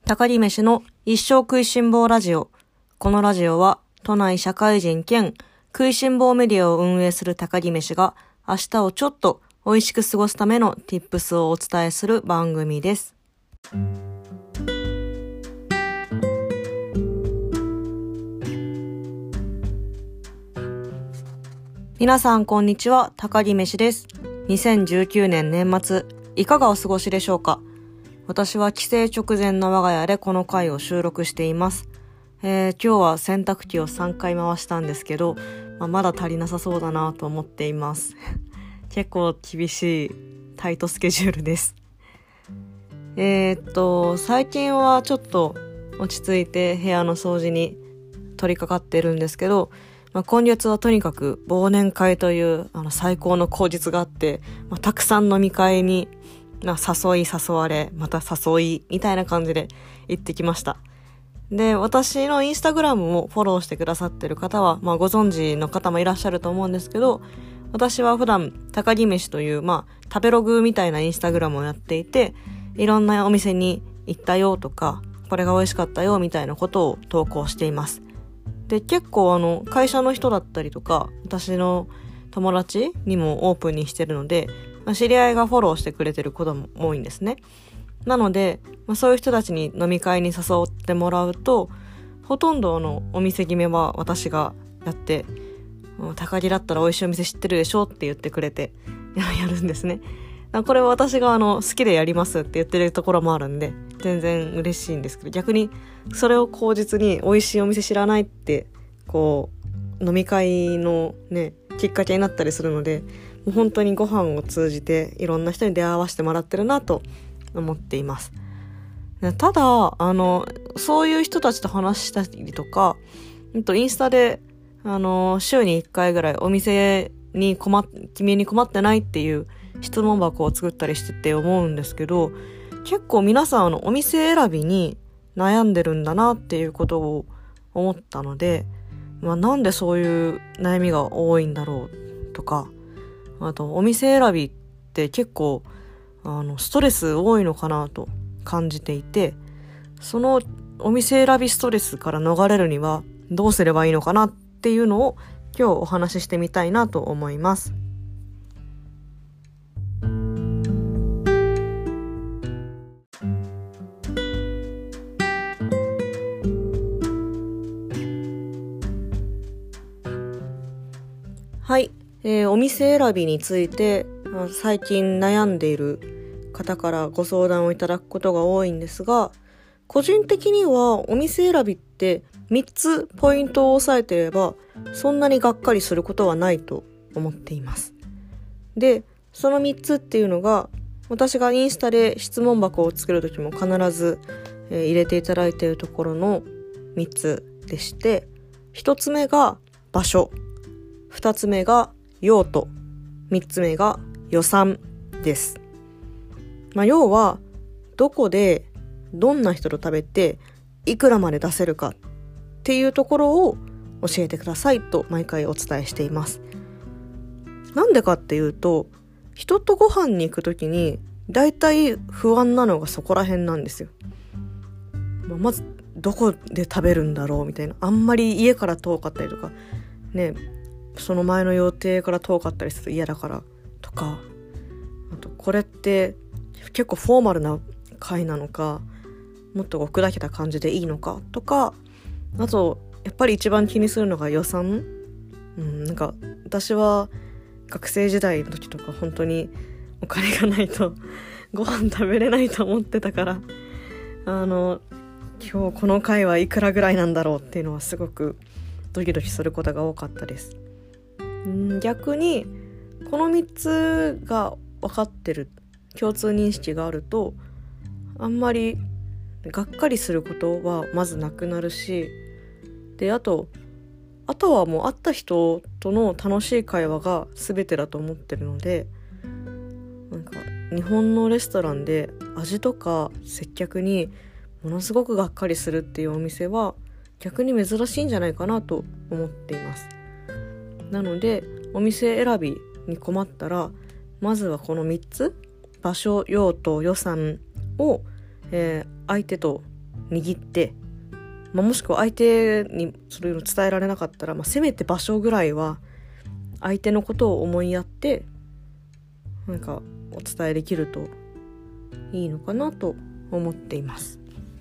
高木飯の一生食いしん坊ラジオ。このラジオは都内社会人兼食いしん坊メディアを運営する高木飯が明日をちょっと美味しく過ごすための Tips をお伝えする番組です。皆さんこんにちは、高木飯です。2019年年末、いかがお過ごしでしょうか。私は帰省直前の我が家でこの回を収録しています。今日は洗濯機を3回回したんですけど、まだ足りなさそうだなと思っています。結構厳しいタイトスケジュールです。最近はちょっと落ち着いて部屋の掃除に取り掛かってるんですけど、今月はとにかく忘年会という最高の口実があって、たくさん飲み会に誘われまた誘いみたいな感じで行ってきました。で、私のインスタグラムもフォローしてくださってる方は、ご存知の方もいらっしゃると思うんですけど、私は普段高木飯という食べログみたいなインスタグラムをやっていて、いろんなお店に行ったよとか、これが美味しかったよみたいなことを投稿しています。で、結構会社の人だったりとか、私の友達にもオープンにしてるので、知り合いがフォローしてくれてることも多いんですね。なので、そういう人たちに飲み会に誘ってもらうと、ほとんどお店決めは私がやって、高木だったら美味しいお店知ってるでしょって言ってくれてやるんですね。これは私が好きでやりますって言ってるところもあるんで、全然嬉しいんですけど、逆にそれを口実に美味しいお店知らないって飲み会のねきっかけになったりするので、もう本当にご飯を通じていろんな人に出会わせてもらってるなと思っています。ただそういう人たちと話したりとか、インスタで週に1回ぐらいお店に君に困ってないっていう質問箱を作ったりしてて思うんですけど、結構皆さんお店選びに悩んでるんだなっていうことを思ったので、なんでそういう悩みが多いんだろうとか、あとお店選びって結構ストレス多いのかなと感じていて、そのお店選びストレスから逃れるにはどうすればいいのかなっていうのを今日お話ししてみたいなと思います。はい、お店選びについて最近悩んでいる方からご相談をいただくことが多いんですが、個人的にはお店選びって3つポイントを押さえていればそんなにがっかりすることはないと思っています。で、その3つっていうのが、私がインスタで質問箱を作るときも必ず入れていただいているところの3つでして、1つ目が場所、2つ目が用途、3つ目が予算です。要はどこでどんな人と食べていくらまで出せるかっていうところを教えてくださいと毎回お伝えしています。なんでかっていうと、人とご飯に行くときにだいたい不安なのがそこら辺なんですよ。まずどこで食べるんだろうみたいな、あんまり家から遠かったりとかね、その前の予定から遠かったりすると嫌だからとか、あとこれって結構フォーマルな会なのか、もっと砕けた感じでいいのかとか、あとやっぱり一番気にするのが予算。私は学生時代の時とか本当にお金がないとご飯食べれないと思ってたから、今日この会はいくらぐらいなんだろうっていうのはすごくドキドキすることが多かったです。逆にこの3つが分かってる、共通認識があるとあんまりがっかりすることはまずなくなるし、であとはもう会った人との楽しい会話が全てだと思ってるので、日本のレストランで味とか接客にものすごくがっかりするっていうお店は逆に珍しいんじゃないかなと思っています。なのでお店選びに困ったら、まずはこの3つ、場所、用途、予算を、相手と握って、もしくは相手にそれを伝えられなかったら、せめて場所ぐらいは相手のことを思いやってお伝えできるといいのかなと思っています。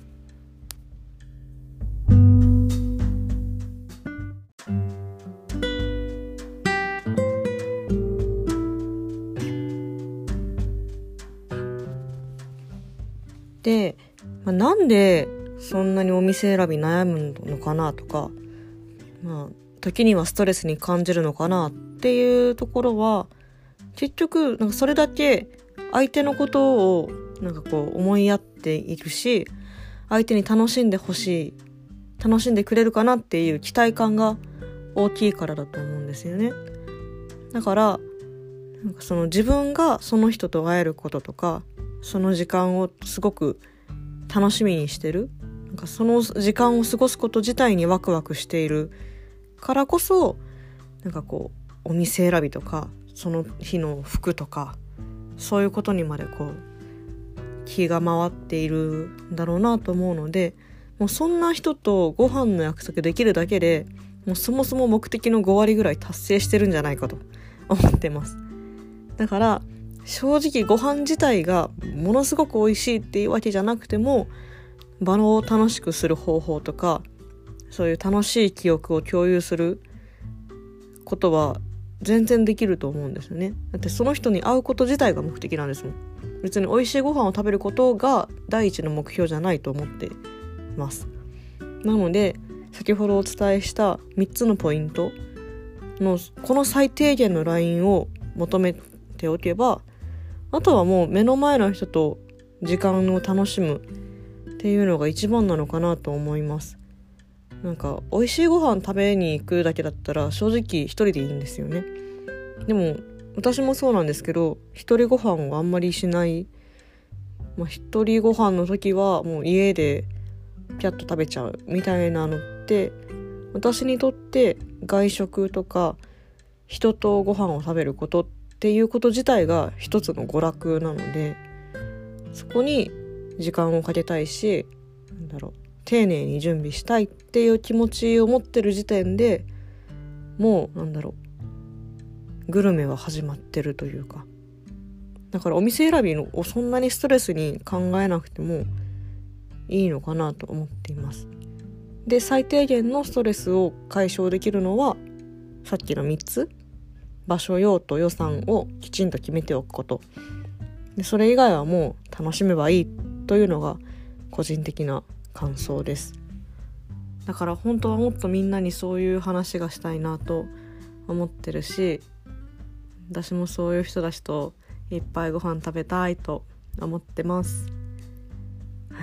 で、なんでそんなにお店選び悩むのかなとか、時にはストレスに感じるのかなっていうところは、結局それだけ相手のことを思いやっているし、相手に楽しんでくれるかなっていう期待感が大きいからだと思うんですよね。だからその自分がその人と会えることとか、その時間をすごく楽しみにしてる、その時間を過ごすこと自体にワクワクしているからこそ、お店選びとかその日の服とかそういうことにまで気が回っているんだろうなと思うので、もうそんな人とご飯の約束できるだけでもうそもそも目的の5割ぐらい達成してるんじゃないかと思ってます。だから正直ご飯自体がものすごく美味しいっていうわけじゃなくても、場を楽しくする方法とか、そういう楽しい記憶を共有することは全然できると思うんですよね。だってその人に会うこと自体が目的なんですもん。別に美味しいご飯を食べることが第一の目標じゃないと思っています。なので先ほどお伝えした3つのポイントのこの最低限のラインを求めておけば、あとはもう目の前の人と時間を楽しむっていうのが一番なのかなと思います。美味しいご飯食べに行くだけだったら正直一人でいいんですよね。でも私もそうなんですけど、一人ご飯をあんまりしない、一人ご飯の時はもう家でピャッと食べちゃうみたいなのって、私にとって外食とか人とご飯を食べることっていうこと自体が一つの娯楽なので、そこに時間をかけたいし、丁寧に準備したいっていう気持ちを持ってる時点でもうグルメは始まってるというか、だからお店選びをそんなにストレスに考えなくてもいいのかなと思っています。で、最低限のストレスを解消できるのはさっきの3つ、場所、用途、予算をきちんと決めておくこと。で、それ以外はもう楽しめばいいというのが個人的な感想です。だから本当はもっとみんなにそういう話がしたいなと思ってるし、私もそういう人たちといっぱいご飯食べたいと思ってます。はい。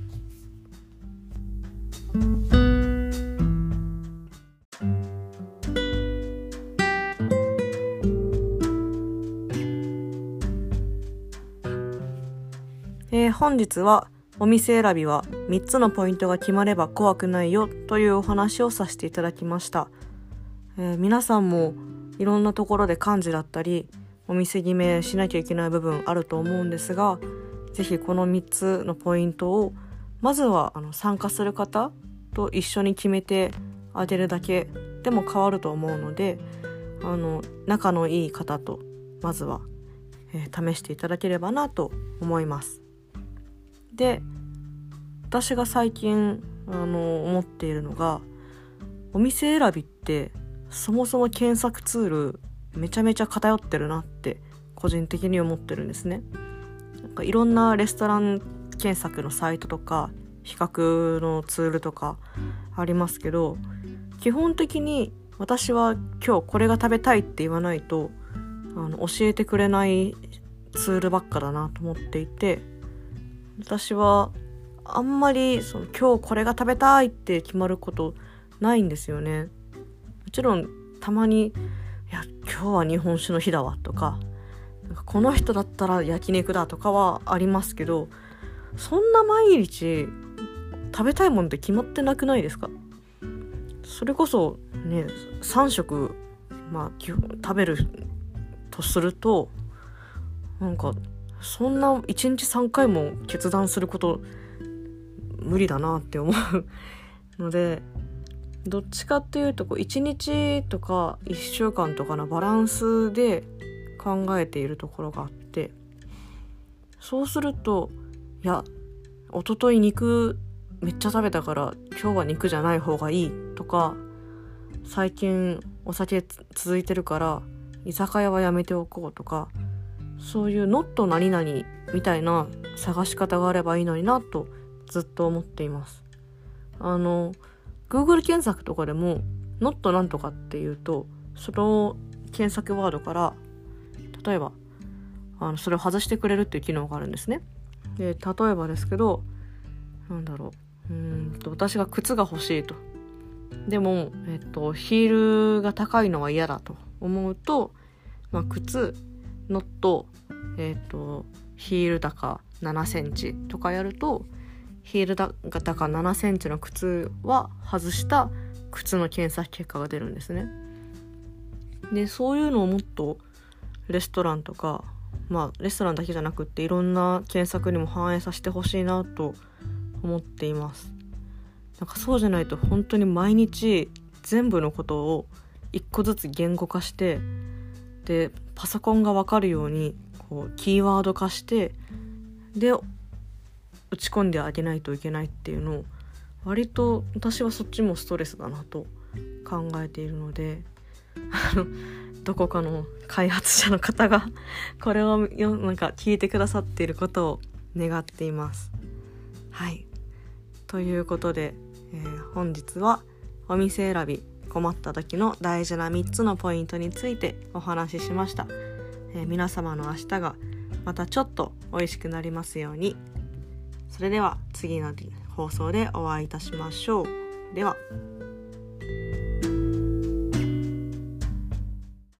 本日はお店選びは3つのポイントが決まれば怖くないよというお話をさせていただきました。皆さんもいろんなところで幹事だったりお店決めしなきゃいけない部分あると思うんですが、ぜひこの3つのポイントをまずは参加する方と一緒に決めてあげるだけでも変わると思うので、仲のいい方とまずは、試していただければなと思います。で、私が最近思っているのが、お店選びってそもそも検索ツールめちゃめちゃ偏ってるなって個人的に思ってるんですね。いろんなレストラン検索のサイトとか比較のツールとかありますけど、基本的に私は今日これが食べたいって言わないと教えてくれないツールばっかだなと思っていて、私はあんまり今日これが食べたいって決まることないんですよね。もちろんたまに今日は日本酒の日だわとか、この人だったら焼肉だとかはありますけど、そんな毎日食べたいものって決まってなくないですか？それこそね、3食食べるとすると、そんな1日3回も決断すること無理だなって思うので、どっちかっていうと1日とか1週間とかのバランスで考えているところがあって、そうするといや一昨日肉めっちゃ食べたから今日は肉じゃない方がいいとか、最近お酒続いてるから居酒屋はやめておこうとか、そういうノット何々みたいな探し方があればいいのになとずっと思っています。Google 検索とかでもノットなんとかっていうと、その検索ワードから例えばそれを外してくれるっていう機能があるんですね。で、例えばですけど、私が靴が欲しいと。でも、ヒールが高いのは嫌だと思うと、靴、ノット、ヒール高7センチとかやると、ヒール高7センチの靴は外した靴の検索結果が出るんですね。で、そういうのをもっとレストランとか、レストランだけじゃなくっていろんな検索にも反映させてほしいなと思っています。そうじゃないと本当に毎日全部のことを一個ずつ言語化して、でパソコンが分かるようにキーワード化して、で打ち込んであげないといけないっていうのを、割と私はそっちもストレスだなと考えているので、どこかの開発者の方がこれを聞いてくださっていることを願っています。はい、ということで、本日はお店選び困った時の大事な3つのポイントについてお話ししました。皆様の明日がまたちょっと美味しくなりますように。それでは次の放送でお会いいたしましょう。では。